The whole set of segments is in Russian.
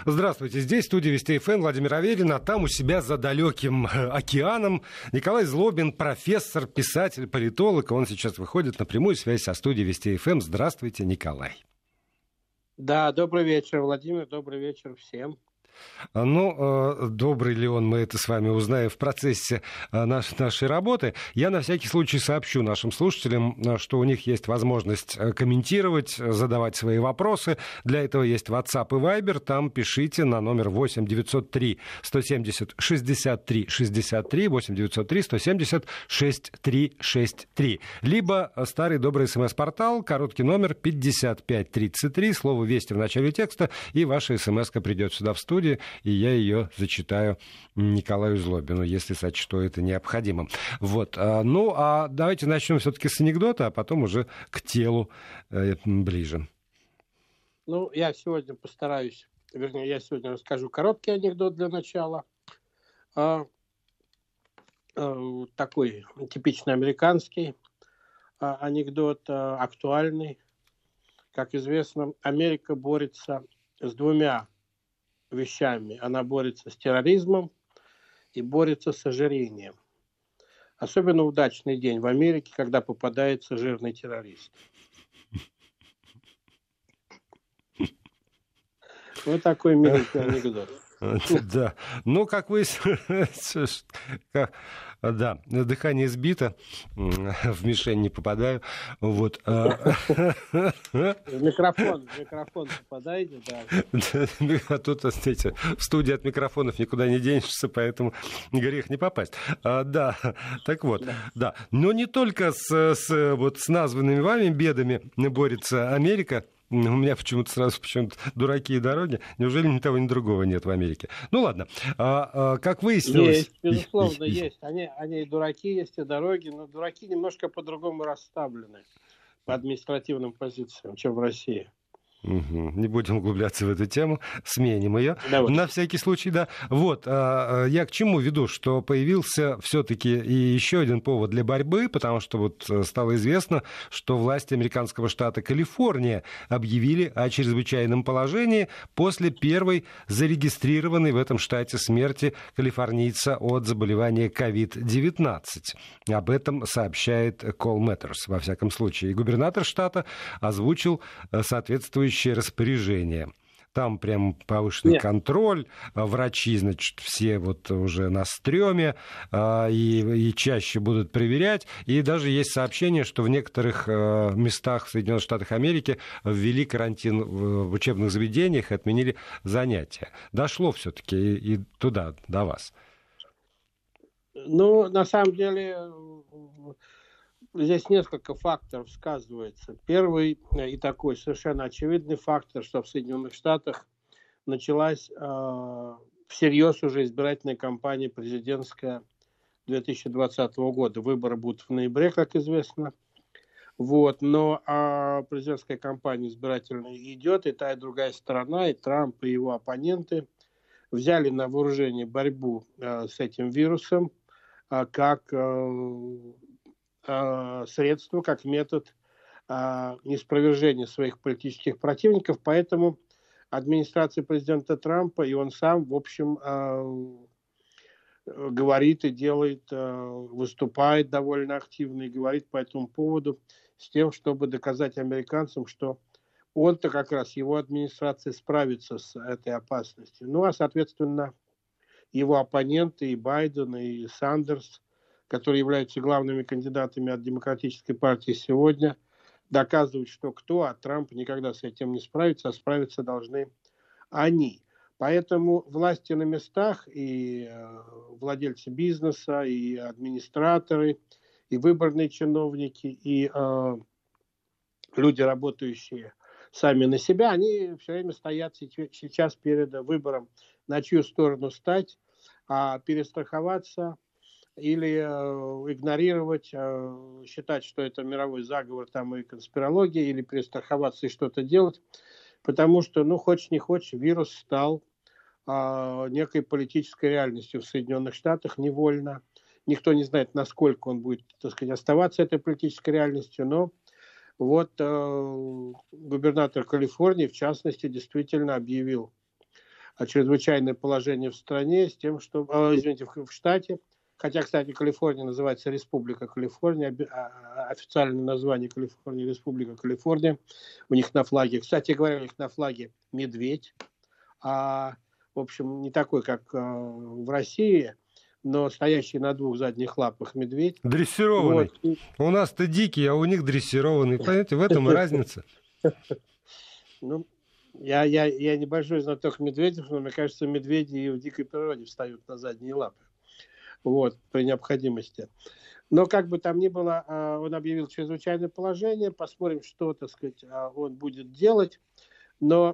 Здравствуйте, здесь студия Вести ФМ, Владимир Аверин, а там у себя за далеким океаном Николай Злобин, профессор, писатель, политолог. Он сейчас выходит на прямую связь со студией Вести ФМ. Здравствуйте, Николай. Да, добрый вечер, Владимир, добрый вечер всем. Ну, добрый ли он, мы это с вами узнаем в процессе нашей работы. Я на всякий случай сообщу нашим слушателям, что у них есть возможность комментировать, задавать свои вопросы. Для этого есть WhatsApp и Viber. Там пишите на номер 8 903 170 63 63, 8 903 170 63 63. Либо старый добрый смс-портал, короткий номер 5533, слово «Вести» в начале текста, и ваша смс-ка придет сюда в студию, и я ее зачитаю Николаю Злобину, если сочту это необходимым. Вот. Ну, а давайте начнем все-таки с анекдота, а потом уже к телу ближе. Ну, я сегодня расскажу короткий анекдот для начала. Такой типичный американский анекдот, актуальный. Как известно, Америка борется с двумя вещами. Она борется с терроризмом и борется с ожирением. Особенно удачный день в Америке, когда попадается жирный террорист. Вот такой миленький анекдот. Да, ну, как выяснилось, да, дыхание сбито, в мишень не попадаю, вот. В микрофон попадаете, да. А тут, знаете, в студии от микрофонов никуда не денешься, поэтому грех не попасть. Да, так вот, да. Но не только с названными вами бедами борется Америка. У меня почему-то сразу дураки и дороги. Неужели ни того, ни другого нет в Америке? Ну ладно. Как выяснилось... Есть, безусловно, есть. Они и дураки есть, и дороги, но дураки немножко по-другому расставлены по административным позициям, чем в России. Угу. Не будем углубляться в эту тему, сменим ее. Давай. На всякий случай, да. Вот, я к чему веду, что появился все-таки и еще один повод для борьбы, потому что вот стало известно, что власти американского штата Калифорния объявили о чрезвычайном положении после первой зарегистрированной в этом штате смерти калифорнийца от заболевания COVID-19. Об этом сообщает Call Matters, во всяком случае. И губернатор штата озвучил соответствующее распоряжение. Там прям повышенный контроль, врачи, значит, все вот уже на стреме, и чаще будут проверять. И даже есть сообщение, что в некоторых местах в Соединенных Штатах Америки ввели карантин в учебных заведениях и отменили занятия. Дошло все-таки и туда, до вас. Ну, на самом деле... Здесь несколько факторов сказывается. Первый и такой совершенно очевидный фактор, что в Соединенных Штатах началась всерьез уже избирательная кампания президентская 2020 года. Выборы будут в ноябре, как известно. Вот. Но президентская кампания избирательная идет, и та, и другая сторона, и Трамп, и его оппоненты взяли на вооружение борьбу с этим вирусом как... средство, как метод неспровержения своих политических противников. Поэтому администрация президента Трампа и он сам, в общем, говорит и делает, выступает довольно активно и говорит по этому поводу с тем, чтобы доказать американцам, что он-то как раз, его администрация справится с этой опасностью. Ну, а, соответственно, его оппоненты, и Байден, и Сандерс, которые являются главными кандидатами от Демократической партии сегодня, доказывают, что кто, а Трамп никогда с этим не справится, а справиться должны они. Поэтому власти на местах, и владельцы бизнеса, и администраторы, и выборные чиновники, и люди, работающие сами на себя, они все время стоят сейчас перед выбором, на чью сторону стать, перестраховаться, или игнорировать, считать, что это мировой заговор там и конспирология, или перестраховаться и что-то делать, потому что, ну, хочешь не хочешь, вирус стал некой политической реальностью в Соединенных Штатах невольно. Никто не знает, насколько он будет, так сказать, оставаться этой политической реальностью, но вот губернатор Калифорнии, в частности, действительно объявил чрезвычайное положение в стране, с тем, что, извините, в штате, хотя, кстати, Калифорния называется Республика Калифорния, официальное название Калифорния, Республика Калифорния, у них на флаге, кстати говоря, у них на флаге медведь, в общем, не такой, как в России, но стоящий на двух задних лапах медведь. Дрессированный. Вот. У нас-то дикий, а у них дрессированный. Понимаете, в этом и разница. Ну, я небольшой знаток медведей, но мне кажется, медведи и в дикой природе встают на задние лапы. Вот, при необходимости. Но как бы там ни было, он объявил чрезвычайное положение. Посмотрим, что, так сказать, он будет делать. Но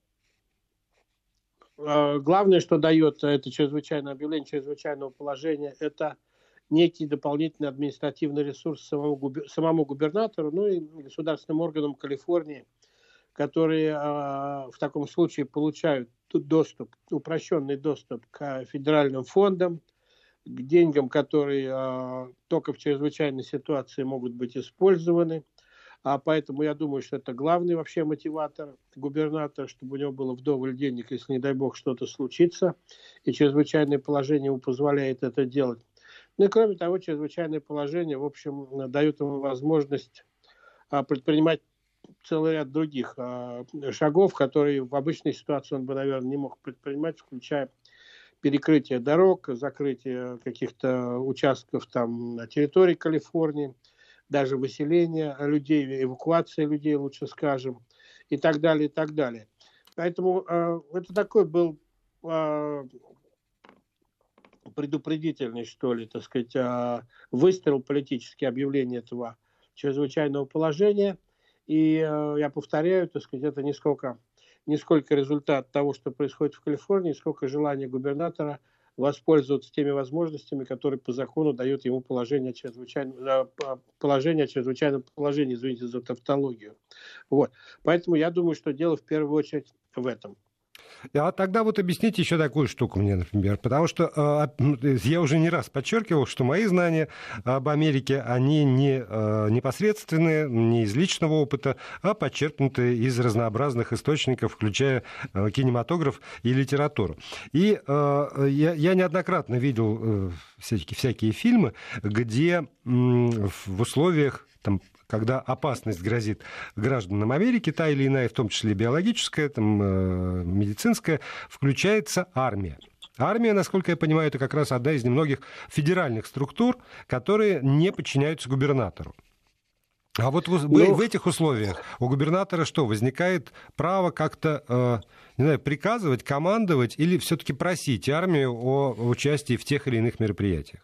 главное, что дает это чрезвычайное объявление чрезвычайного положения, это некий дополнительный административный ресурс самому губернатору, ну и государственным органам Калифорнии, которые в таком случае получают доступ, упрощенный доступ к федеральным фондам, к деньгам, которые только в чрезвычайной ситуации могут быть использованы. Поэтому я думаю, что это главный вообще мотиватор губернатора, чтобы у него было вдоволь денег, если, не дай бог, что-то случится. И чрезвычайное положение ему позволяет это делать. Ну и кроме того, чрезвычайное положение, в общем, дает ему возможность предпринимать целый ряд других шагов, которые в обычной ситуации он бы, наверное, не мог предпринимать, включая перекрытие дорог, закрытие каких-то участков там на территории Калифорнии, даже выселение людей, эвакуация людей, лучше скажем, и так далее, и так далее. Поэтому это такой был предупредительный, что ли, так сказать, выстрел политический, объявление этого чрезвычайного положения. И я повторяю, так сказать, это не сколько результат того, что происходит в Калифорнии, сколько желание губернатора воспользоваться теми возможностями, которые по закону дают ему положение о чрезвычайном положении, извините за тавтологию. Вот. Поэтому я думаю, что дело в первую очередь в этом. А тогда вот объясните еще такую штуку мне, например, потому что я уже не раз подчеркивал, что мои знания об Америке, они не непосредственные, не из личного опыта, а подчеркнутые из разнообразных источников, включая кинематограф и литературу. И я неоднократно видел всякие фильмы, где в условиях там, когда опасность грозит гражданам Америки, та или иная, в том числе биологическая, там, медицинская, включается армия. Армия, насколько я понимаю, это как раз одна из немногих федеральных структур, которые не подчиняются губернатору. А вот в этих условиях у губернатора что, возникает право как-то, не знаю, приказывать, командовать или все-таки просить армию о участии в тех или иных мероприятиях?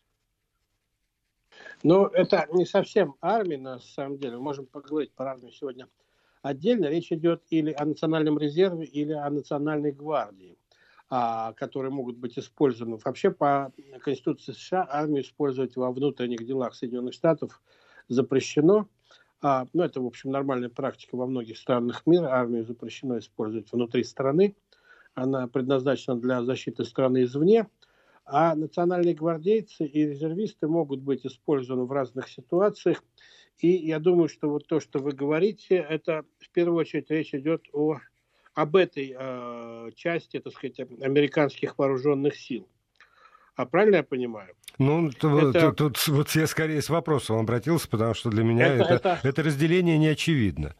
Но это не совсем армия, на самом деле. Мы можем поговорить про армию сегодня отдельно. Речь идет или о национальном резерве, или о национальной гвардии, которые могут быть использованы. Вообще, по Конституции США армию использовать во внутренних делах Соединенных Штатов запрещено. Ну, это, в общем, нормальная практика во многих странах мира. Армию запрещено использовать внутри страны. Она предназначена для защиты страны извне. А национальные гвардейцы и резервисты могут быть использованы в разных ситуациях. И я думаю, что вот то, что вы говорите, это в первую очередь речь идет об этой части, так сказать, американских вооруженных сил. Правильно я понимаю? Ну, тут вот я скорее с вопросом обратился, потому что для меня это разделение не очевидно.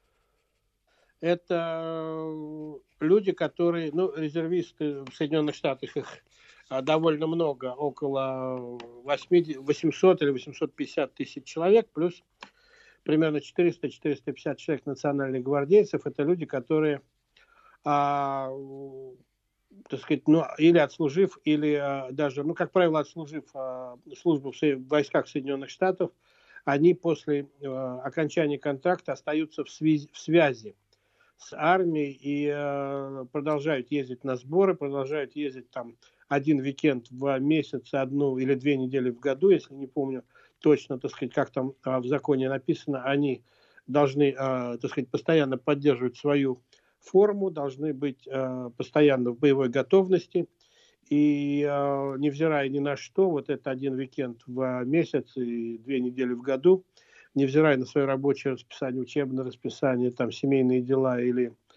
Это люди, которые, резервисты в Соединенных Штатах, их довольно много, около 800 или 850 тысяч человек, плюс примерно 400-450 человек национальных гвардейцев. Это люди, которые, так сказать, или отслужив, или даже, как правило, отслужив службу в войсках Соединенных Штатов, они после окончания контракта остаются в связи с армией и продолжают ездить на сборы, продолжают ездить там один уикенд в месяц, 1 или 2 недели в году, если не помню точно, так сказать, как там в законе написано, они должны, так сказать, постоянно поддерживать свою форму, должны быть постоянно в боевой готовности. И невзирая ни на что, вот это один уикенд в месяц и 2 недели в году, невзирая на свое рабочее расписание, учебное расписание, там, семейные дела или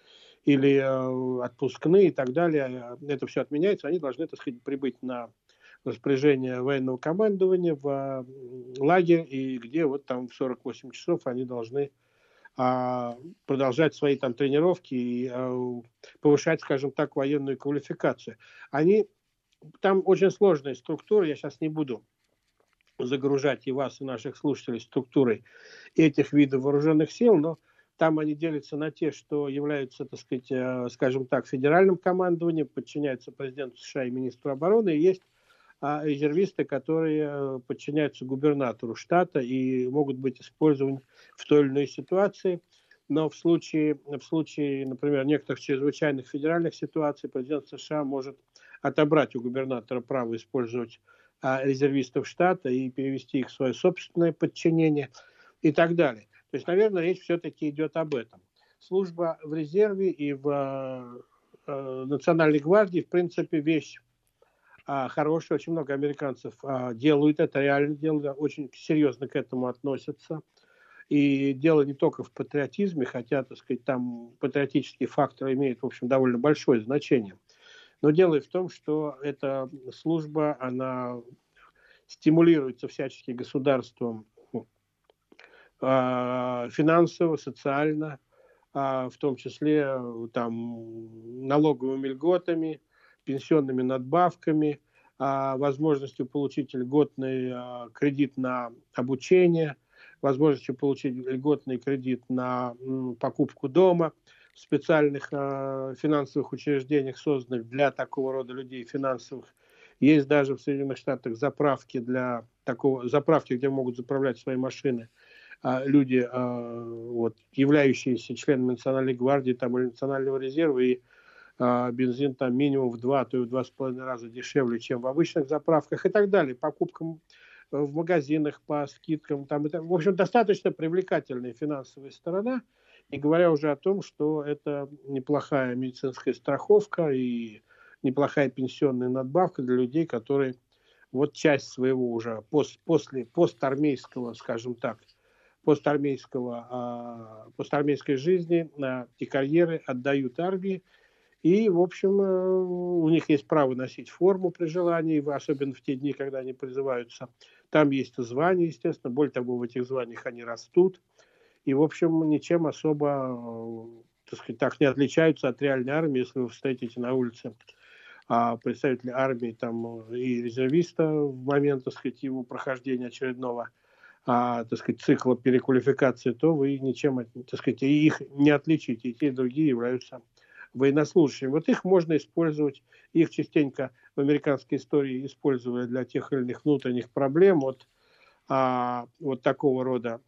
или отпускные и так далее, это все отменяется, они должны, так сказать, прибыть на распоряжение военного командования в лагерь, и где вот там в 48 часов они должны продолжать свои там тренировки и повышать, скажем так, военную квалификацию. Там очень сложная структура, я сейчас не буду загружать и вас, и наших слушателей структурой этих видов вооруженных сил, но там они делятся на те, что являются, так сказать, скажем так, федеральным командованием, подчиняются президенту США и министру обороны, и есть резервисты, которые подчиняются губернатору штата и могут быть использованы в той или иной ситуации. Но в случае, например, некоторых чрезвычайных федеральных ситуаций президент США может отобрать у губернатора право использовать резервистов штата и перевести их в свое собственное подчинение и так далее. То есть, наверное, речь все-таки идет об этом. Служба в резерве и в Национальной гвардии, в принципе, вещь хорошая. Очень много американцев делают это, реально делают, очень серьезно к этому относятся. И дело не только в патриотизме, хотя, так сказать, там патриотический фактор имеет, в общем, довольно большое значение. Но дело и в том, что эта служба, она стимулируется всячески государством финансово, социально, в том числе там, налоговыми льготами, пенсионными надбавками, возможностью получить льготный кредит на обучение, возможностью получить льготный кредит на покупку дома в специальных финансовых учреждениях, созданных для такого рода людей финансовых. Есть даже в Соединенных Штатах заправки, где могут заправлять свои машины люди, являющиеся членами Национальной гвардии или Национального резерва, и бензин там минимум в 2, а то и в 2,5 раза дешевле, чем в обычных заправках и так далее. Покупкам в магазинах по скидкам. В общем, достаточно привлекательная финансовая сторона, не говоря уже о том, что это неплохая медицинская страховка и неплохая пенсионная надбавка для людей, которые вот часть своего уже после постармейского, скажем так, постармейской жизни и карьеры отдают армии. И, в общем, у них есть право носить форму при желании, особенно в те дни, когда они призываются. Там есть звания, естественно. Более того, в этих званиях они растут. И, в общем, ничем особо, так сказать, так не отличаются от реальной армии. Если вы встретите на улице представителя армии там, и резервиста в момент, так сказать, его прохождения очередного так сказать, цикла переквалификации, то вы ничем, так сказать, их не отличите. И те, и другие являются военнослужащими. Вот их можно использовать, их частенько в американской истории использовали для тех или иных внутренних проблем. Вот такого рода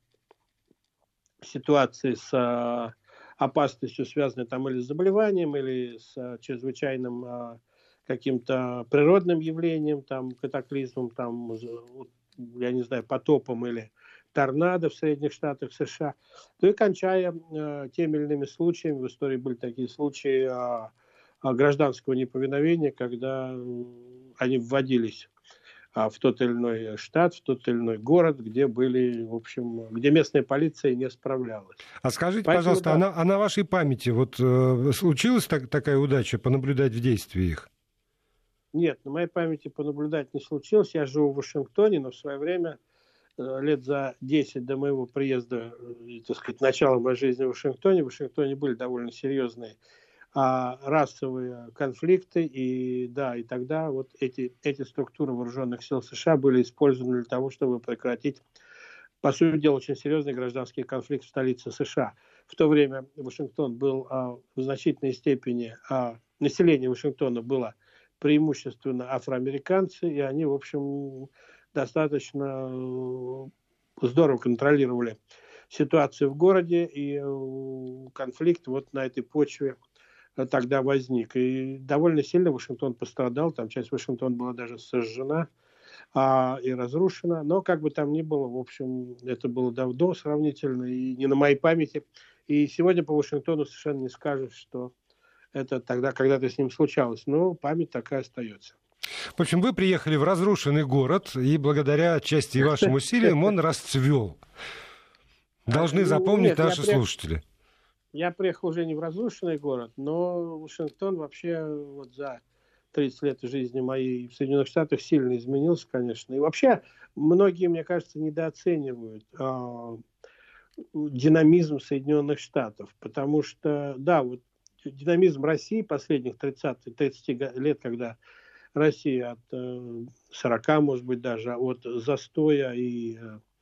ситуации с опасностью, связанной там или с заболеванием, или с чрезвычайным каким-то природным явлением, там, катаклизмом, там, я не знаю, потопом или торнадо в Средних Штатах США, то и кончая теми или иными случаями, в истории были такие случаи гражданского неповиновения, когда они вводились в тот или иной штат, в тот или иной город, где были, в общем, где местная полиция не справлялась. А скажите, пожалуйста, да. А на вашей памяти вот случилась такая удача понаблюдать в действии их? Нет, на моей памяти понаблюдать не случилось. Я живу в Вашингтоне, но в свое время, лет за 10 до моего приезда, так сказать, начала моей жизни в Вашингтоне были довольно серьезные расовые конфликты, и тогда вот эти структуры вооруженных сил США были использованы для того, чтобы прекратить, по сути дела, очень серьезный гражданский конфликт в столице США. В то время Вашингтон был в значительной степени, население Вашингтона было преимущественно афроамериканцы, и они, в общем, достаточно здорово контролировали ситуацию в городе, и конфликт вот на этой почве тогда возник. И довольно сильно Вашингтон пострадал, там часть Вашингтона была даже сожжена и разрушена, но как бы там ни было, в общем, это было давно сравнительно, и не на моей памяти. И сегодня по Вашингтону совершенно не скажешь, что это тогда когда-то с ним случалось, но память такая остается. В общем, вы приехали в разрушенный город, и благодаря отчасти вашим усилиям он расцвел. Должны запомнить наши слушатели. Я приехал уже не в разрушенный город, но Вашингтон вообще вот за 30 лет жизни моей в Соединенных Штатах сильно изменился, конечно. И вообще многие, мне кажется, недооценивают динамизм Соединенных Штатов, потому что, да, вот динамизм России последних 30 лет, когда Россия от 40, может быть, даже от застоя и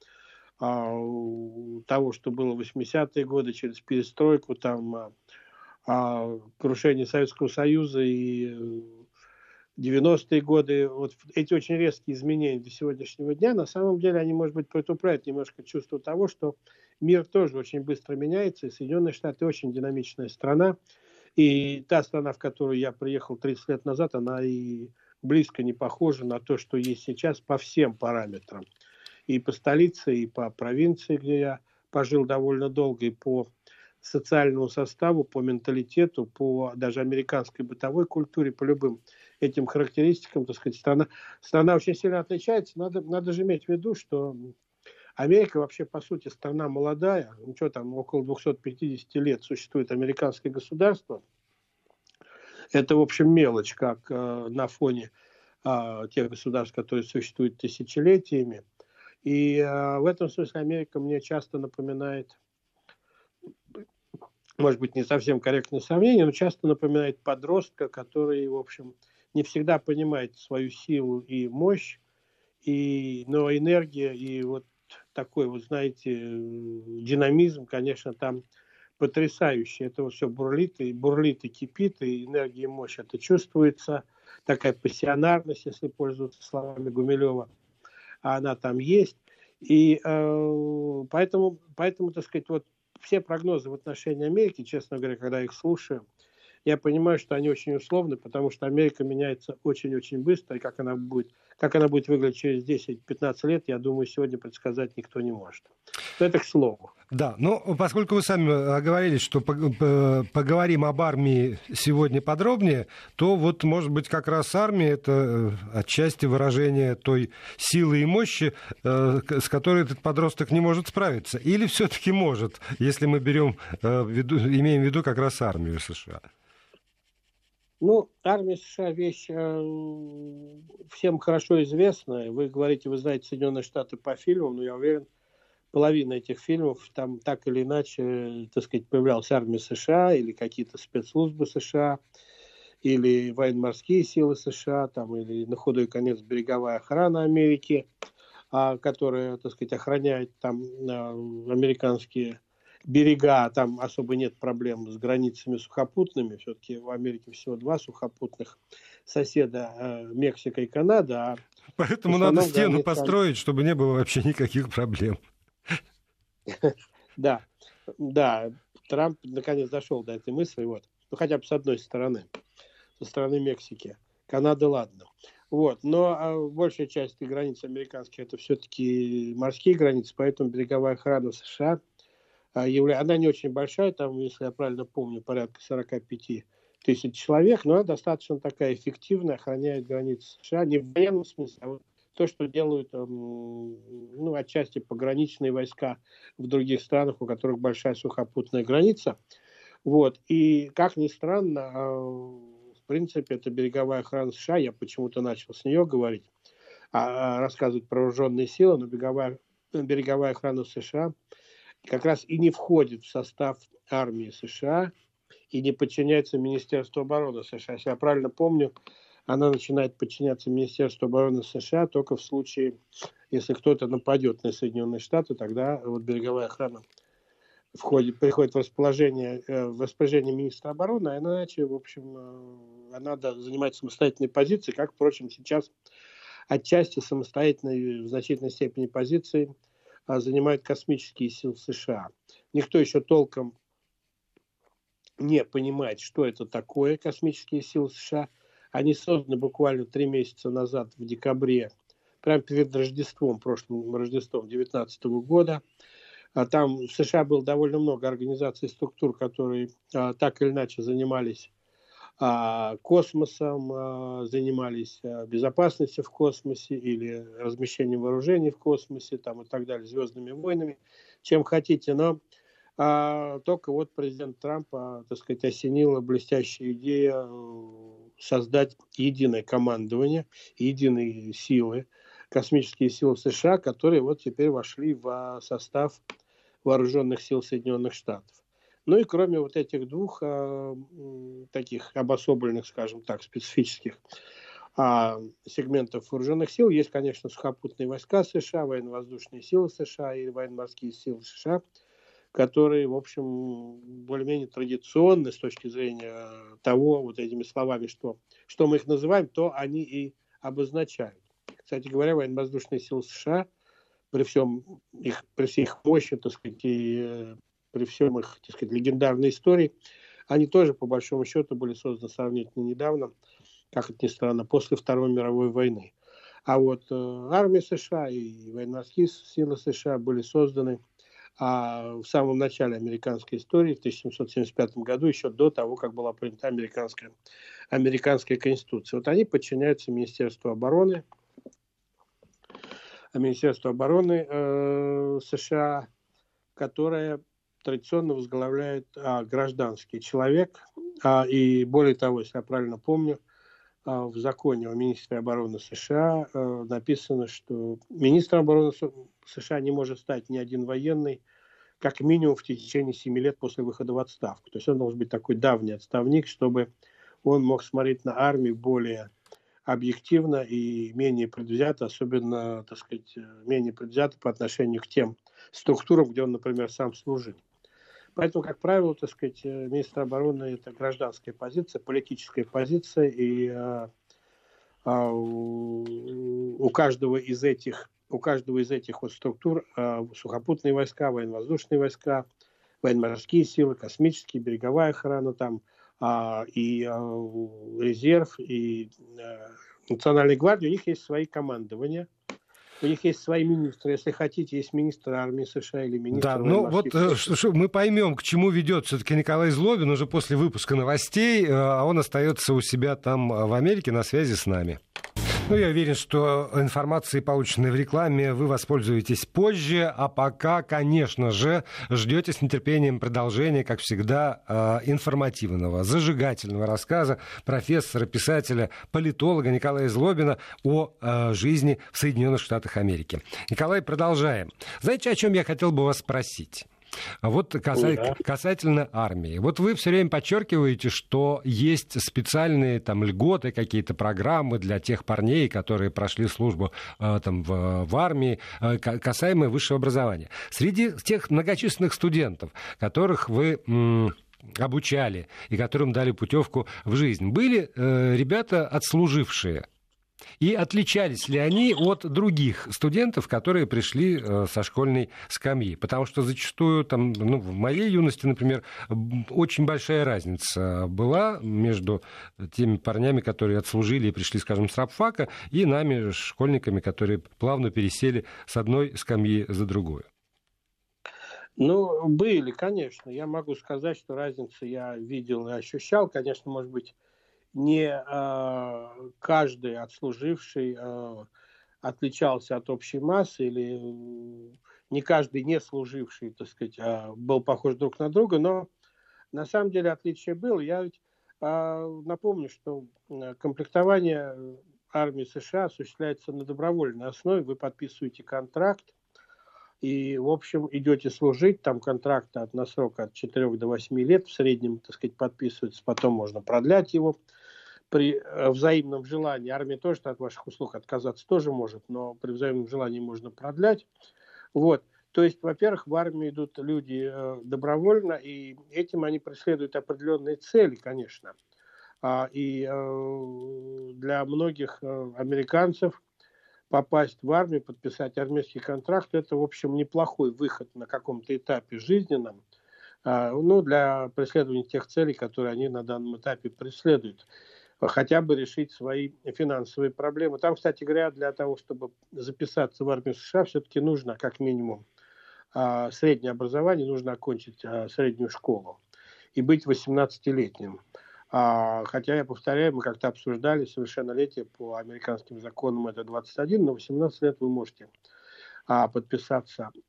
того, что было в 80-е годы, через перестройку, там, крушение Советского Союза и 90-е годы, вот эти очень резкие изменения до сегодняшнего дня, на самом деле они, может быть, предупреждают немножко чувство того, что мир тоже очень быстро меняется, и Соединенные Штаты очень динамичная страна, и та страна, в которую я приехал 30 лет назад, она и близко не похожа на то, что есть сейчас по всем параметрам. И по столице, и по провинции, где я пожил довольно долго, и по социальному составу, по менталитету, по даже американской бытовой культуре, по любым этим характеристикам, так сказать, страна очень сильно отличается. Надо же иметь в виду, что Америка вообще, по сути, страна молодая. Ну, что там, около 250 лет существует американское государство. Это, в общем, мелочь, как на фоне тех государств, которые существуют тысячелетиями. И в этом смысле Америка мне часто напоминает, может быть, не совсем корректное сравнение, но часто напоминает подростка, который, в общем, не всегда понимает свою силу и мощь, но энергия и вот такой, вот знаете, динамизм, конечно, там потрясающий. Это вот все бурлит и кипит, и энергия и мощь это чувствуется. Такая пассионарность, если пользоваться словами Гумилева, она там есть. И поэтому, так сказать, вот все прогнозы в отношении Америки, честно говоря, когда я их слушаю, я понимаю, что они очень условны, потому что Америка меняется очень-очень быстро, и как она будет выглядеть через 10-15 лет, я думаю, сегодня предсказать никто не может. Но это к слову. Да, но поскольку вы сами оговорились, что поговорим об армии сегодня подробнее, то вот, может быть, как раз армия — это отчасти выражение той силы и мощи, с которой этот подросток не может справиться. Или все-таки может, если мы имеем в виду как раз армию США? Ну, армия США вещь всем хорошо известная. Вы говорите, вы знаете Соединенные Штаты по фильмам, но я уверен, половина этих фильмов, там так или иначе, так сказать, появлялась армия США или какие-то спецслужбы США, или военно-морские силы США, там, или на худой конец береговая охрана Америки, которая, так сказать, охраняет там американские берега, там особо нет проблем с границами сухопутными, все-таки в Америке всего два сухопутных соседа, Мексика и Канада. Поэтому надо стену построить, чтобы не было вообще никаких проблем. Да, Трамп наконец дошел до этой мысли, вот. Ну, хотя бы с одной стороны, со стороны Мексики. Канада, ладно. Вот. Но большая часть границ американских это все-таки морские границы, поэтому береговая охрана США, она не очень большая, там, если я правильно помню, порядка 45 тысяч человек, но она достаточно такая эффективная, охраняет границы США, не в военном смысле, а вот то, что делают, ну, отчасти пограничные войска в других странах, у которых большая сухопутная граница. Вот. И, как ни странно, в принципе, это береговая охрана США, я почему-то начал с нее говорить, рассказывать про вооруженные силы, но береговая охрана США как раз и не входит в состав армии США и не подчиняется Министерству обороны США. Если я правильно помню, она начинает подчиняться Министерству обороны США только в случае, если кто-то нападет на Соединенные Штаты, тогда вот береговая охрана приходит в распоряжение министра обороны, а иначе, в общем, она занимает самостоятельные позиции, как, впрочем, сейчас отчасти самостоятельной в значительной степени позиции занимают космические силы США. Никто еще толком не понимает, что это такое космические силы США. Они созданы буквально 3 месяца назад, в декабре, прямо перед прошлым Рождеством 2019 года. Там в США было довольно много организаций и структур, которые так или иначе занимались космосом, занимались безопасностью в космосе или размещением вооружений в космосе там, и так далее, звездными войнами, чем хотите. Но Только вот президент Трамп, так сказать, осенила блестящая идея создать единое командование, единые силы, космические силы США, которые вот теперь вошли в состав вооруженных сил Соединенных Штатов. Ну и кроме вот этих двух таких обособленных, скажем так, специфических сегментов вооруженных сил, есть, конечно, сухопутные войска США, военно-воздушные силы США и военно-морские силы США, которые, в общем, более-менее традиционны с точки зрения того, вот этими словами, что мы их называем, то они и обозначают. Кстати говоря, военно-воздушные силы США при всей их мощи, так сказать, и при всем их, так сказать, легендарной истории, они тоже, по большому счету, были созданы сравнительно недавно, как это ни странно, после Второй мировой войны. А вот армия США и военно-морские силы США были созданы в самом начале американской истории, в 1775 году, еще до того, как была принята американская конституция. Вот они подчиняются Министерству обороны, США, которое традиционно возглавляет гражданский человек. И более того, если я правильно помню, в законе о министре обороны США написано, что министром обороны США не может стать ни один военный, как минимум в течение 7 лет после выхода в отставку. То есть он должен быть такой давний отставник, чтобы он мог смотреть на армию более объективно и менее предвзято, особенно, так сказать, менее предвзято по отношению к тем структурам, где он, например, сам служил. Поэтому, как правило, так сказать, министр обороны – это гражданская позиция, политическая позиция, и у каждого из этих вот структур сухопутные войска, военно-воздушные войска, военно-морские силы, космические, береговая охрана, там, и резерв, и Национальной гвардии, у них есть свои командования. У них есть свои министры. Если хотите, есть министр армии США или министр военно-морских сил. Мы поймем, к чему ведет все-таки Николай Злобин уже после выпуска новостей, а он остается у себя там в Америке на связи с нами. Я уверен, что информацией, полученной в рекламе, вы воспользуетесь позже, а пока, конечно же, ждете с нетерпением продолжения, как всегда, информативного, зажигательного рассказа профессора, писателя, политолога Николая Злобина о жизни в Соединенных Штатах Америки. Николай, продолжаем. Знаете, о чем я хотел бы вас спросить? Вот касательно армии. Вот вы все время подчеркиваете, что есть специальные там льготы, какие-то программы для тех парней, которые прошли службу там, в армии, касаемые высшего образования. Среди тех многочисленных студентов, которых вы обучали и которым дали путевку в жизнь, были ребята отслужившие. И отличались ли они от других студентов, которые пришли со школьной скамьи? Потому что зачастую, там, в моей юности, например, очень большая разница была между теми парнями, которые отслужили и пришли, скажем, с рабфака, и нами, школьниками, которые плавно пересели с одной скамьи за другую. Были, конечно. Я могу сказать, что разницу я видел и ощущал. Конечно, может быть, не каждый отслуживший отличался от общей массы, или не каждый не служивший, так сказать, был похож друг на друга, но на самом деле отличие было. Я ведь напомню, что комплектование армии США осуществляется на добровольной основе. Вы подписываете контракт и, в общем, идете служить. Там контракт на срок от 4 до 8 лет в среднем, так сказать, подписывается. Потом можно продлять его при взаимном желании. Армия тоже от ваших услуг отказаться тоже может, но при взаимном желании можно продлять. Вот. То есть, во-первых, в армию идут люди добровольно, и этим они преследуют определенные цели, конечно. И для многих американцев попасть в армию, подписать армейский контракт, это, в общем, неплохой выход на каком-то этапе жизненном, для преследования тех целей, которые они на данном этапе преследуют. Хотя бы решить свои финансовые проблемы. Там, кстати говоря, для того, чтобы записаться в армию США, все-таки нужно, как минимум, среднее образование, нужно окончить среднюю школу и быть 18-летним. Хотя, я повторяю, мы как-то обсуждали совершеннолетие по американским законам, это 21, но 18 лет вы можете подписаться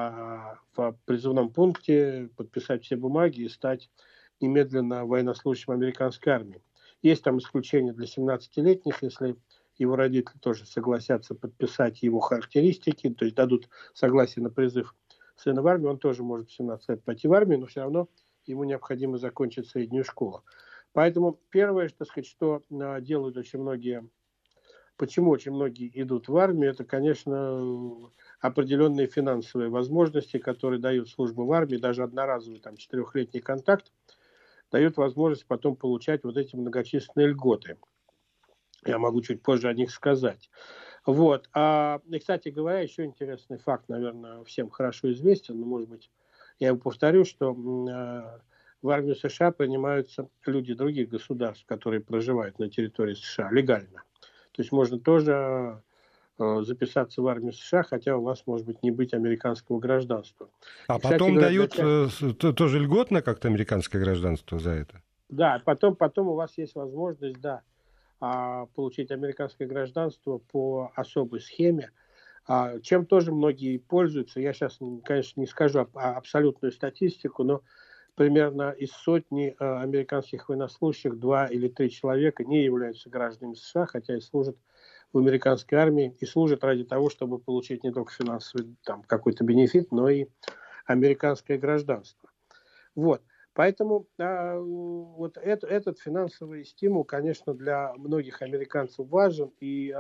в призывном пункте, подписать все бумаги и стать немедленно военнослужащим американской армии. Есть там исключение для 17-летних, если его родители тоже согласятся подписать его характеристики, то есть дадут согласие на призыв сына в армию, он тоже может в 17 лет пойти в армию, но все равно ему необходимо закончить среднюю школу. Поэтому первое, что делают очень многие, почему очень многие идут в армию, это, конечно, определенные финансовые возможности, которые дают служба в армии, даже одноразовый 4-летний контракт дает возможность потом получать вот эти многочисленные льготы. Я могу чуть позже о них сказать. Вот. И, кстати говоря, еще интересный факт, наверное, всем хорошо известен, но, может быть, я его повторю, что в армию США принимаются люди других государств, которые проживают на территории США легально. То есть можно тоже записаться в армию США, хотя у вас, может быть, не быть американского гражданства. А кстати, потом говоря, дают тоже льготно как-то американское гражданство за это? Да, потом у вас есть возможность, получить американское гражданство по особой схеме, чем тоже многие пользуются. Я сейчас, конечно, не скажу абсолютную статистику, но примерно из сотни американских военнослужащих 2 или 3 человека не являются гражданами США, хотя и служат в американской армии, и служат ради того, чтобы получить не только финансовый какой-то бенефит, но и американское гражданство. Вот. Поэтому вот этот финансовый стимул, конечно, для многих американцев важен, и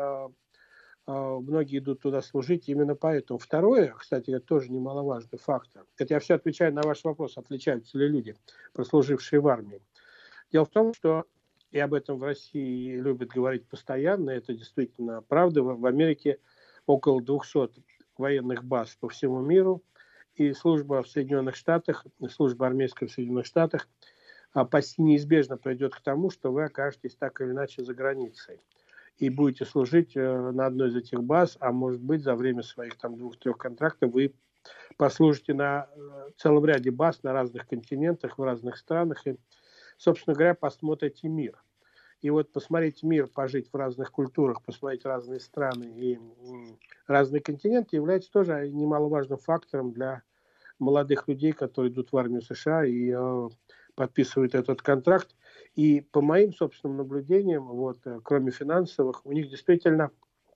многие идут туда служить именно поэтому. Второе, кстати, это тоже немаловажный фактор. Это я все отвечаю на ваш вопрос, отличаются ли люди, прослужившие в армии. Дело в том, что, и об этом в России любят говорить постоянно, это действительно правда, в Америке около 200 военных баз по всему миру, и служба в Соединенных Штатах, служба армейская в Соединенных Штатах почти неизбежно придет к тому, что вы окажетесь так или иначе за границей и будете служить на одной из этих баз, а может быть за время своих 2-3 контрактов вы послужите на целом ряде баз на разных континентах, в разных странах и, собственно говоря, посмотрите мир. И вот посмотреть мир, пожить в разных культурах, посмотреть разные страны и разные континенты является тоже немаловажным фактором для молодых людей, которые идут в армию США и подписывают этот контракт. И по моим собственным наблюдениям, кроме финансовых, у них действительно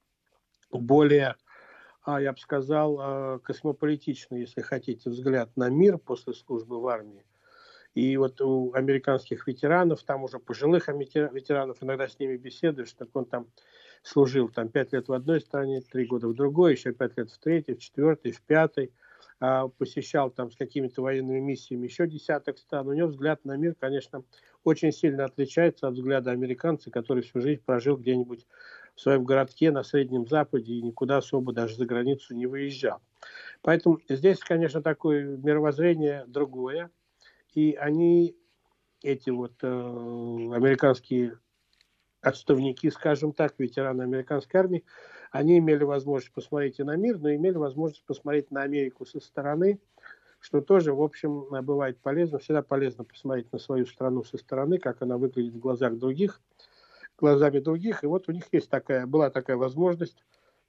более, я бы сказал, космополитичный, если хотите, взгляд на мир после службы в армии. И вот у американских ветеранов, там уже пожилых ветеранов, иногда с ними беседуешь, так он служил 5 лет в одной стране, 3 года в другой, еще 5 лет в третьей, в четвертой, в пятой, посещал с какими-то военными миссиями еще десяток стран. У него взгляд на мир, конечно, очень сильно отличается от взгляда американца, который всю жизнь прожил где-нибудь в своем городке на Среднем Западе и никуда особо даже за границу не выезжал. Поэтому здесь, конечно, такое мировоззрение другое. И они, эти американские отставники, скажем так, ветераны американской армии, они имели возможность посмотреть и на мир, но имели возможность посмотреть на Америку со стороны, что тоже, в общем, бывает полезно. Всегда полезно посмотреть на свою страну со стороны, как она выглядит в глазами других. И вот у них была такая возможность,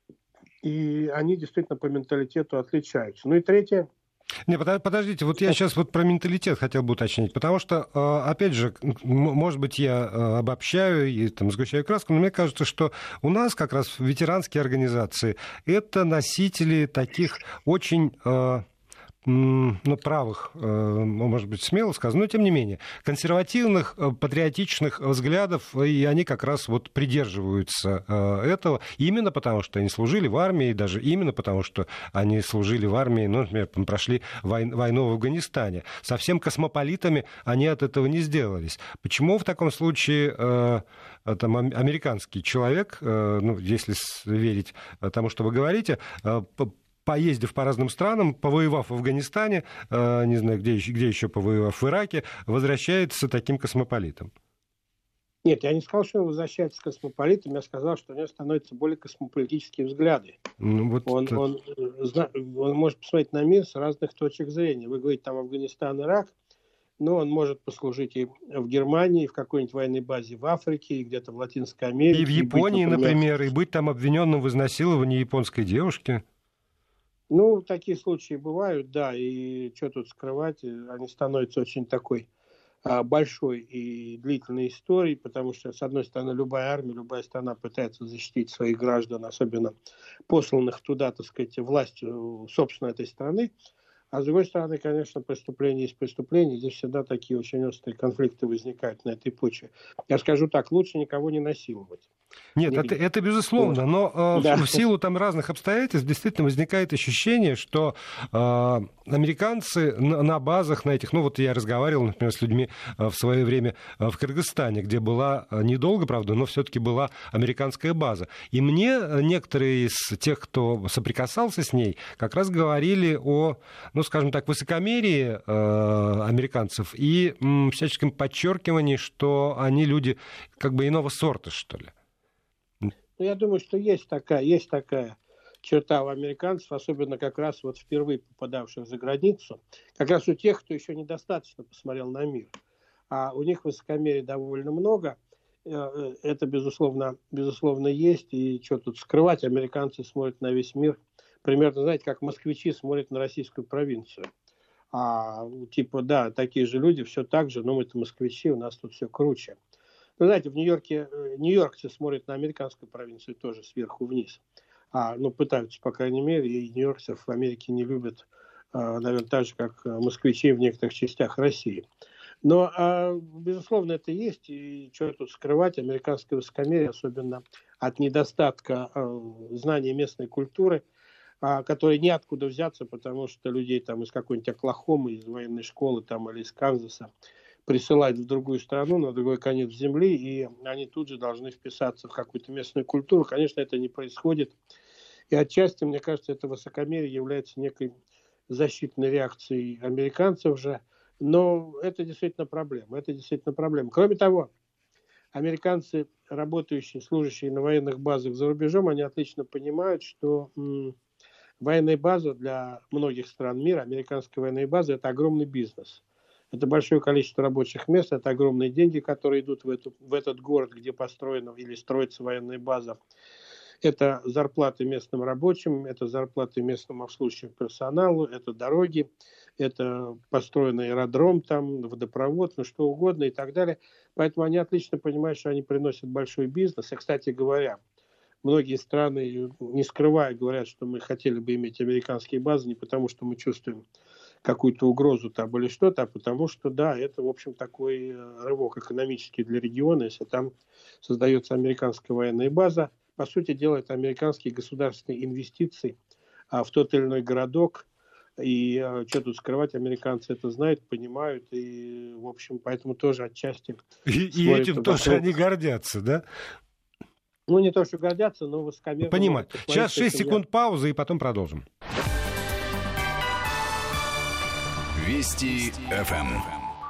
и они действительно по менталитету отличаются. Ну и третье. Не, подождите, вот я сейчас про менталитет хотел бы уточнить, потому что, опять же, может быть, я обобщаю и сгущаю краску, но мне кажется, что у нас как раз ветеранские организации — это носители таких очень... правых, может быть, смело сказано, но тем не менее, консервативных, патриотичных взглядов, и они как раз придерживаются этого, именно потому, что они служили в армии, даже именно потому, что они служили в армии, например, прошли войну в Афганистане. Совсем космополитами они от этого не сделались. Почему в таком случае американский человек, если верить тому, что вы говорите, поездив по разным странам, повоевав в Афганистане, не знаю, где еще повоевав в Ираке, возвращается таким космополитом? Нет, я не сказал, что он возвращается космополитом, я сказал, что у него становятся более космополитические взгляды. Он может посмотреть на мир с разных точек зрения. Вы говорите, Афганистан, Ирак, но он может послужить и в Германии, и в какой-нибудь военной базе в Африке, и где-то в Латинской Америке. И в Японии, например, и быть там обвиненным в изнасиловании японской девушки. Ну, такие случаи бывают, да, и что тут скрывать, они становятся очень такой большой и длительной историей, потому что, с одной стороны, любая армия, любая страна пытается защитить своих граждан, особенно посланных туда, так сказать, властью, собственно, этой страны. А с другой стороны, конечно, преступление есть преступление. Здесь всегда такие очень острые конфликты возникают на этой почве. Я скажу так, лучше никого не насиловать. Нет, Нигде. это Вот. безусловно, но Да. в силу там разных обстоятельств действительно возникает ощущение, что американцы на базах, на этих, ну вот я разговаривал, например, с людьми в свое время в Кыргызстане, где была недолго, правда, но все-таки была американская база. И мне некоторые из тех, кто соприкасался с ней, как раз говорили о, ну, скажем так, высокомерии американцев и всяческом подчеркивании, что они люди как бы иного сорта, что ли. Ну, я думаю, что есть такая черта у американцев, особенно как раз вот впервые попадавших за границу, как раз у тех, кто еще недостаточно посмотрел на мир. А у них высокомерия довольно много. Это, безусловно, есть. И что тут скрывать, американцы смотрят на весь мир. Примерно, знаете, как москвичи смотрят на российскую провинцию. Типа, да, такие же люди, все так же, но мы-то москвичи, у нас тут все круче. Вы знаете, в Нью-Йорке нью-йоркцы смотрят на американскую провинцию тоже сверху вниз. Пытаются, по крайней мере, и нью-йоркцев в Америке не любят, наверное, так же, как москвичей в некоторых частях России. Но, безусловно, это есть, и что тут скрывать, американское высокомерие, особенно от недостатка знания местной культуры, которой неоткуда взяться, потому что людей там из какой-нибудь Оклахомы, из военной школы там, или из Канзаса присылают в другую страну, на другой конец земли, и они тут же должны вписаться в какую-то местную культуру. Конечно, это не происходит. И отчасти, мне кажется, это высокомерие является некой защитной реакцией американцев же. Но это действительно проблема. Это действительно проблема. Кроме того, американцы, работающие, служащие на военных базах за рубежом, они отлично понимают, что военная база для многих стран мира, американская военная база, это огромный бизнес. Это большое количество рабочих мест, это огромные деньги, которые идут в этот город, где построена или строится военная база. Это зарплаты местным рабочим, это зарплаты местному обслуживающему персоналу, это дороги, это построенный аэродром, там, водопровод, ну что угодно и так далее. Поэтому они отлично понимают, что они приносят большой бизнес. И, кстати говоря, многие страны, не скрывая, говорят, что мы хотели бы иметь американские базы не потому, что мы чувствуем какую-то угрозу там или что-то, а потому что, да, это, в общем, такой рывок экономический для региона, если там создается американская военная база. По сути дела, это американские государственные инвестиции в тот или иной городок. И что тут скрывать, американцы это знают, понимают, и, в общем, поэтому тоже отчасти... И этим тоже они гордятся, да? Ну, не то, что гордятся, но высокомерно... Понимаю. Сейчас 6 секунд паузы, и потом продолжим. Вести ФМ.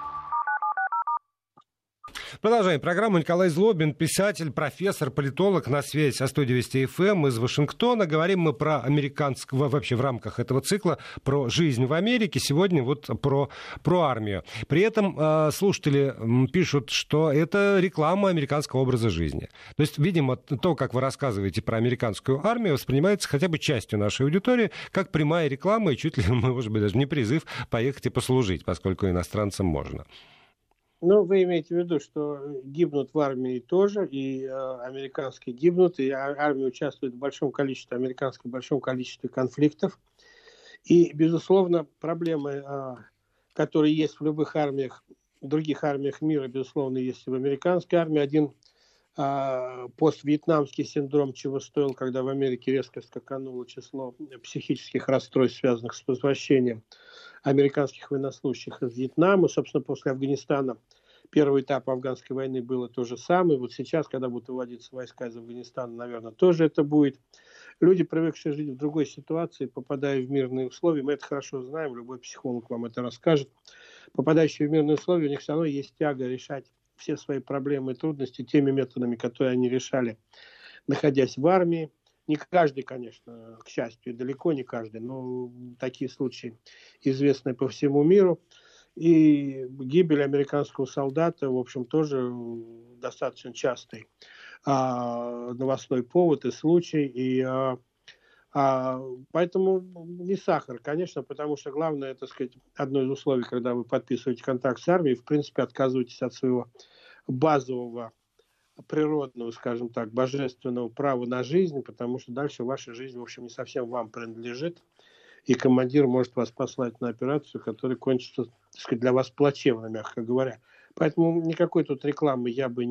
Продолжаем программу. Николай Злобин, писатель, профессор, политолог, на связи со студией Вести ФМ из Вашингтона. Говорим мы про американского, вообще в рамках этого цикла, про жизнь в Америке. Сегодня вот про армию. При этом слушатели пишут, что это реклама американского образа жизни. То есть, видимо, то, как вы рассказываете про американскую армию, воспринимается хотя бы частью нашей аудитории как прямая реклама, и чуть ли, может быть, даже не призыв поехать и послужить, поскольку иностранцам можно. Ну, вы имеете в виду, что гибнут в армии тоже, и американские гибнут, и армия участвует в большом количестве, американском большом количестве конфликтов. И, безусловно, проблемы, которые есть в любых армиях, в других армиях мира, безусловно, есть и в американской армии. Один поствьетнамский синдром чего стоил, когда в Америке резко скакануло число психических расстройств, связанных с возвращением американских военнослужащих из Вьетнама. Собственно, после Афганистана первый этап афганской войны было то же самое. Вот сейчас, когда будут выводиться войска из Афганистана, наверное, тоже это будет. Люди, привыкшие жить в другой ситуации, попадая в мирные условия, мы это хорошо знаем, любой психолог вам это расскажет, попадающие в мирные условия, у них все равно есть тяга решать все свои проблемы и трудности теми методами, которые они решали, находясь в армии. Не каждый, конечно, к счастью, далеко не каждый, но такие случаи известны по всему миру. И гибель американского солдата, в общем, тоже достаточно частый новостной повод и случай. И Поэтому не сахар, конечно, потому что главное, так сказать, одно из условий, когда вы подписываете контракт с армией, в принципе, отказываетесь от своего базового природного, скажем так, божественного права на жизнь, потому что дальше ваша жизнь, в общем, не совсем вам принадлежит, и командир может вас послать на операцию, которая кончится, так сказать, для вас плачевно, мягко говоря. Поэтому никакой тут рекламы я бы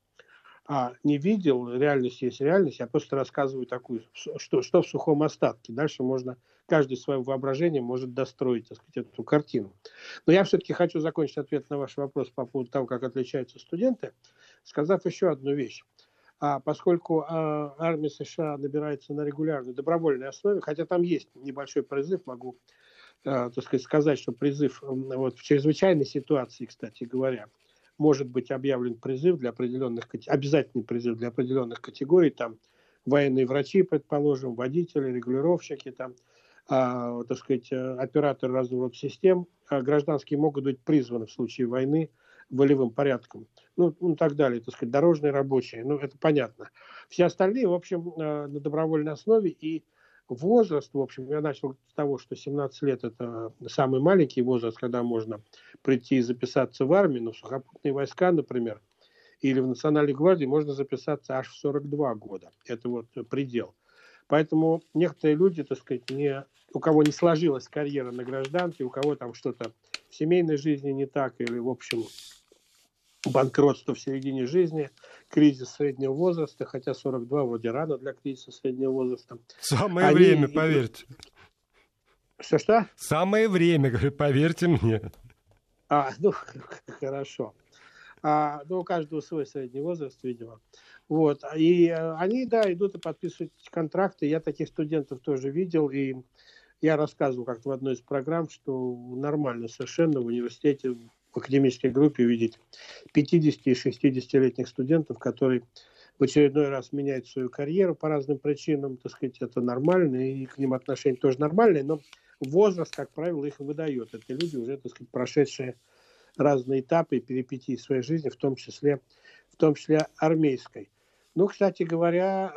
не видел. Реальность есть реальность. Я просто рассказываю такую, что в сухом остатке. Дальше можно, каждый своим воображением может достроить, так сказать, эту картину. Но я все-таки хочу закончить ответ на ваш вопрос по поводу того, как отличаются студенты, сказав еще одну вещь. Поскольку армия США набирается на регулярной добровольной основе, хотя там есть небольшой призыв, могу так сказать, что призыв вот, в чрезвычайной ситуации, кстати говоря, может быть объявлен призыв для определенных, обязательный призыв для определенных категорий, там военные врачи, предположим, водители, регулировщики, там, так сказать, операторы разного рода систем, гражданские могут быть призваны в случае войны волевым порядком, ну и так далее, так сказать, дорожные рабочие, ну, это понятно. Все остальные, в общем, на добровольной основе, и возраст, в общем, я начал с того, что 17 лет – это самый маленький возраст, когда можно прийти и записаться в армию, но в сухопутные войска, например, или в Национальной гвардии можно записаться аж в 42 года. Это вот предел. Поэтому некоторые люди, так сказать, у кого не сложилась карьера на гражданке, у кого там что-то в семейной жизни не так, или, в общем, банкротство в середине жизни, кризис среднего возраста, хотя 42 вроде рано для кризиса среднего возраста. Самое время, поверьте. Что? Самое время, говорю, поверьте мне. Ну, хорошо. У каждого свой средний возраст, видимо. Вот. И они, да, идут и подписывают контракты. Я таких студентов тоже видел, и я рассказывал как-то в одной из программ, что нормально совершенно в университете, в академической группе видеть 50- и 60-летних студентов, которые в очередной раз меняют свою карьеру по разным причинам, так сказать, это нормально, и к ним отношение тоже нормальное, но возраст, как правило, их выдает. Это люди уже, так сказать, прошедшие разные этапы и перипетии своей жизни, в том числе армейской. Ну, кстати говоря,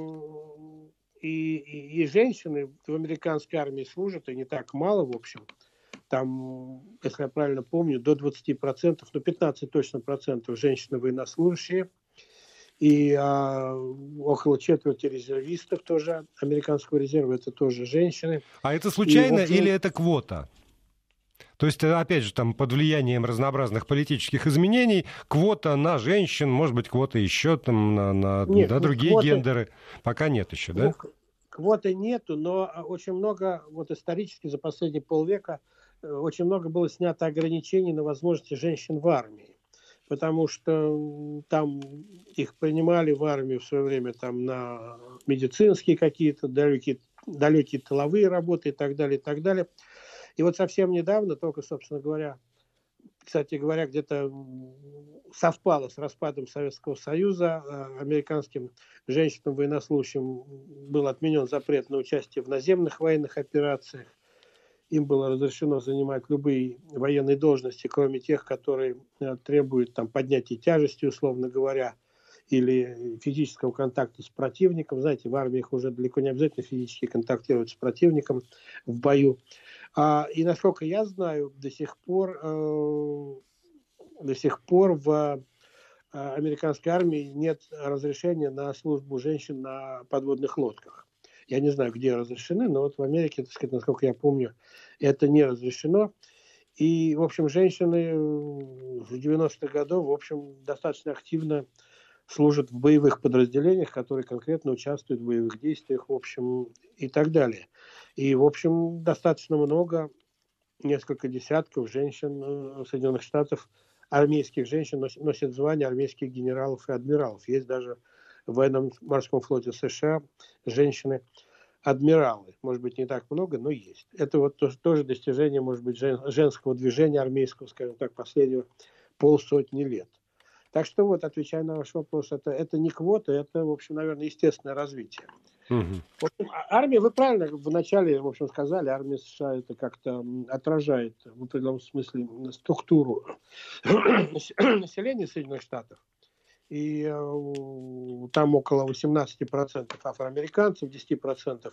и женщины в американской армии служат, и не так мало, в общем. Там, если я правильно помню, до 20%, ну 15 точно процентов женщины военнослужащие, и около четверти резервистов тоже, американского резерва, это тоже женщины. А это случайно и, общем, или это квота? То есть, опять же, там под влиянием разнообразных политических изменений квота на женщин, может быть, квота еще там на другие гендеры. Пока нет еще, да? Квоты нету, но очень много, вот исторически за последние полвека, очень много было снято ограничений на возможности женщин в армии. Потому что там их принимали в армию в свое время там, на медицинские какие-то далекие тыловые работы и так далее, и так далее. И вот совсем недавно, только, собственно говоря, кстати говоря, где-то совпало с распадом Советского Союза, американским женщинам-военнослужащим был отменен запрет на участие в наземных военных операциях. Им было разрешено занимать любые военные должности, кроме тех, которые требуют там, поднятия тяжести, условно говоря, или физического контакта с противником. Знаете, в армии их уже далеко не обязательно физически контактировать с противником в бою. И насколько я знаю, до сих пор в американской армии нет разрешения на службу женщин на подводных лодках. Я не знаю, где разрешены, но вот в Америке, так сказать, насколько я помню, это не разрешено. И, в общем, женщины в 90-х годах, в общем, достаточно активно служат в боевых подразделениях, которые конкретно участвуют в боевых действиях, в общем, и так далее. И, в общем, достаточно много, несколько десятков женщин Соединенных Штатов, армейских женщин, носят звание армейских генералов и адмиралов. Есть даже в военно-морском флоте США женщины-адмиралы. Может быть, не так много, но есть. Это вот тоже достижение, может быть, женского движения армейского, скажем так, последнего полсотни лет. Так что вот, отвечая на ваш вопрос, это не квота, это, в общем, наверное, естественное развитие. В общем, армия, вы правильно вначале, в общем, сказали, армия США это как-то отражает в определенном смысле структуру населения Соединенных Штатов. И там около 18% афроамериканцев, 10%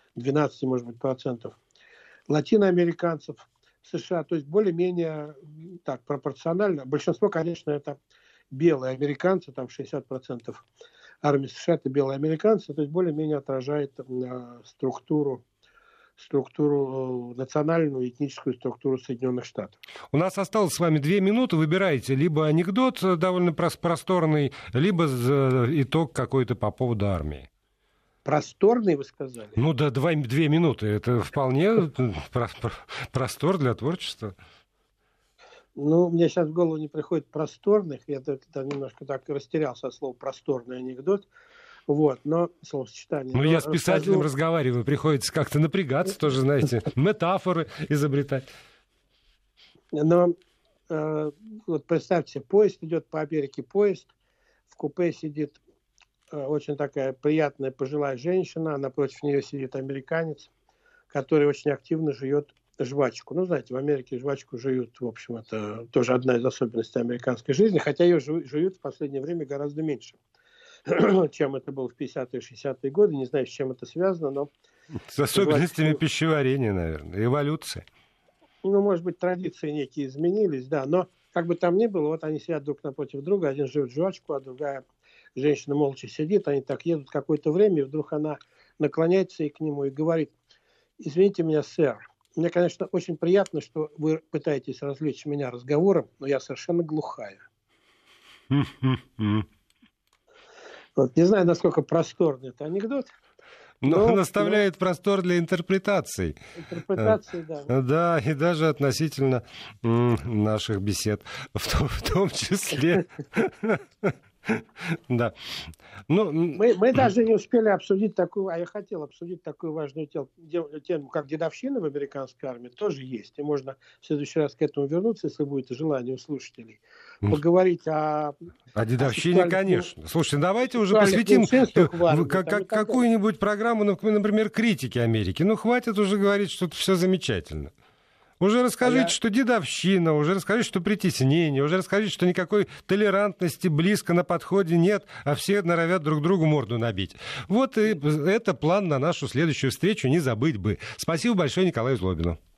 12, может быть, процентов латиноамериканцев в США, то есть более-менее так пропорционально. Большинство, конечно, это белые американцы, там 60% армии США это белые американцы, то есть более-менее отражает структуру, национальную, этническую структуру Соединенных Штатов. У нас осталось с вами 2 минуты. Выбирайте либо анекдот довольно просторный, либо итог какой-то по поводу армии. Просторный, вы сказали? Ну да, 2 минуты. Это вполне простор для творчества. Ну, мне сейчас в голову не приходит просторных. Я немножко так растерялся от слова «просторный анекдот». Вот, но словосочетание. Ну, я с писателем разговариваю, приходится как-то напрягаться, тоже, знаете, метафоры изобретать. Но вот представьте, поезд идет по Америке, поезд, в купе сидит очень такая приятная пожилая женщина, напротив нее сидит американец, который очень активно жует жвачку. Ну, знаете, в Америке жвачку жуют, в общем, это тоже одна из особенностей американской жизни, хотя ее жуют в последнее время гораздо меньше, чем это было в 50-е, 60-е годы. Не знаю, с чем это связано, но... С особенностями пищеварения, наверное, эволюции. Ну, может быть, традиции некие изменились, да, но как бы там ни было, вот они сидят друг напротив друга, один жует жвачку, а другая женщина молча сидит, они так едут какое-то время, и вдруг она наклоняется к нему и говорит: «Извините меня, сэр, мне, конечно, очень приятно, что вы пытаетесь развлечь меня разговором, но я совершенно глухая». Вот, не знаю, насколько просторный это анекдот. Но он оставляет простор для интерпретаций. Интерпретации, да. Да, и даже относительно наших бесед в том числе. Да. Ну, мы даже не успели обсудить такую, а я хотел обсудить такую важную тему, как дедовщина в американской армии, тоже есть. И можно в следующий раз к этому вернуться, если будет желание у слушателей. Поговорить о дедовщине, конечно. Слушайте, давайте уже посвятим какую-нибудь программу, например, критике Америки. Ну, хватит уже говорить, что все замечательно. Уже расскажите, что дедовщина, уже расскажите, что притеснение, уже расскажите, что никакой толерантности близко на подходе нет, а все норовят друг другу морду набить. Вот и это план на нашу следующую встречу, не забыть бы. Спасибо большое Николаю Злобину.